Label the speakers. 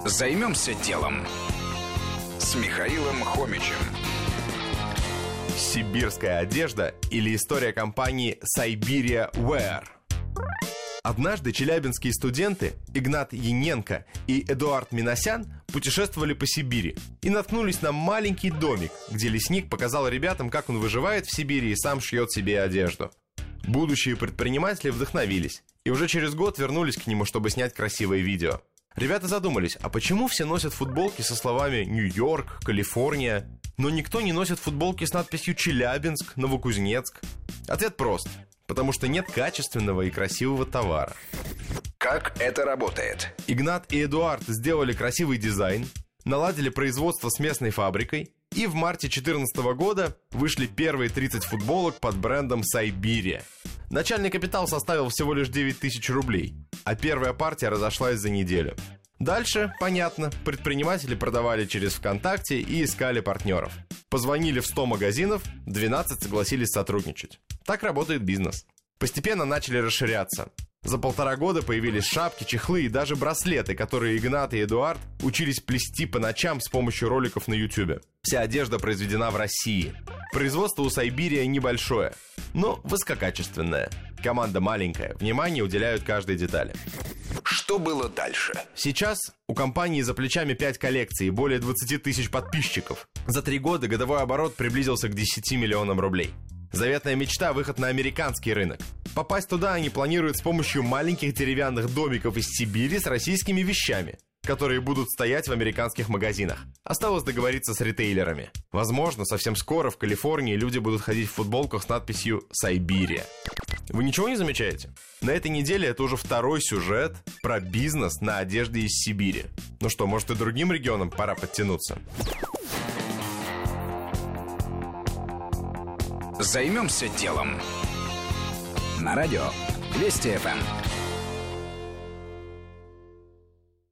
Speaker 1: Займемся делом с Михаилом Хомичем.
Speaker 2: Сибирская одежда или история компании Siberia Wear. Однажды челябинские студенты Игнат Яненко и Эдуард Минасян путешествовали по Сибири и наткнулись на маленький домик, где лесник показал ребятам, как он выживает в Сибири и сам шьет себе одежду. Будущие предприниматели вдохновились и уже через год вернулись к нему, чтобы снять красивое видео. Ребята задумались, а почему все носят футболки со словами «Нью-Йорк», «Калифорния», но никто не носит футболки с надписью «Челябинск», «Новокузнецк»? Ответ прост. Потому что нет качественного и красивого товара.
Speaker 1: Как это работает?
Speaker 2: Игнат и Эдуард сделали красивый дизайн, наладили производство с местной фабрикой, и в марте 2014 года вышли первые 30 футболок под брендом Siberia. Начальный капитал составил всего лишь 9 тысяч рублей, а первая партия разошлась за неделю. Дальше, понятно, предприниматели продавали через ВКонтакте и искали партнеров. Позвонили в 100 магазинов, 12 согласились сотрудничать. Так работает бизнес. Постепенно начали расширяться. За 1,5 года появились шапки, чехлы и даже браслеты, которые Игнат и Эдуард учились плести по ночам с помощью роликов на YouTube. Вся одежда произведена в России. Производство у Siberia небольшое, но высококачественное. Команда маленькая, внимание уделяют каждой детали.
Speaker 1: Что было дальше?
Speaker 2: Сейчас у компании за плечами 5 коллекций и более 20 тысяч подписчиков. За 3 года годовой оборот приблизился к 10 миллионам рублей. Заветная мечта – выход на американский рынок. Попасть туда они планируют с помощью маленьких деревянных домиков из Сибири с российскими вещами, которые будут стоять в американских магазинах. Осталось договориться с ритейлерами. Возможно, совсем скоро в Калифорнии люди будут ходить в футболках с надписью «Siberia». Вы ничего не замечаете? На этой неделе это уже второй сюжет про бизнес на одежде из Сибири. Ну что, может и другим регионам пора подтянуться?
Speaker 1: Займемся делом. На радио Вести ФМ.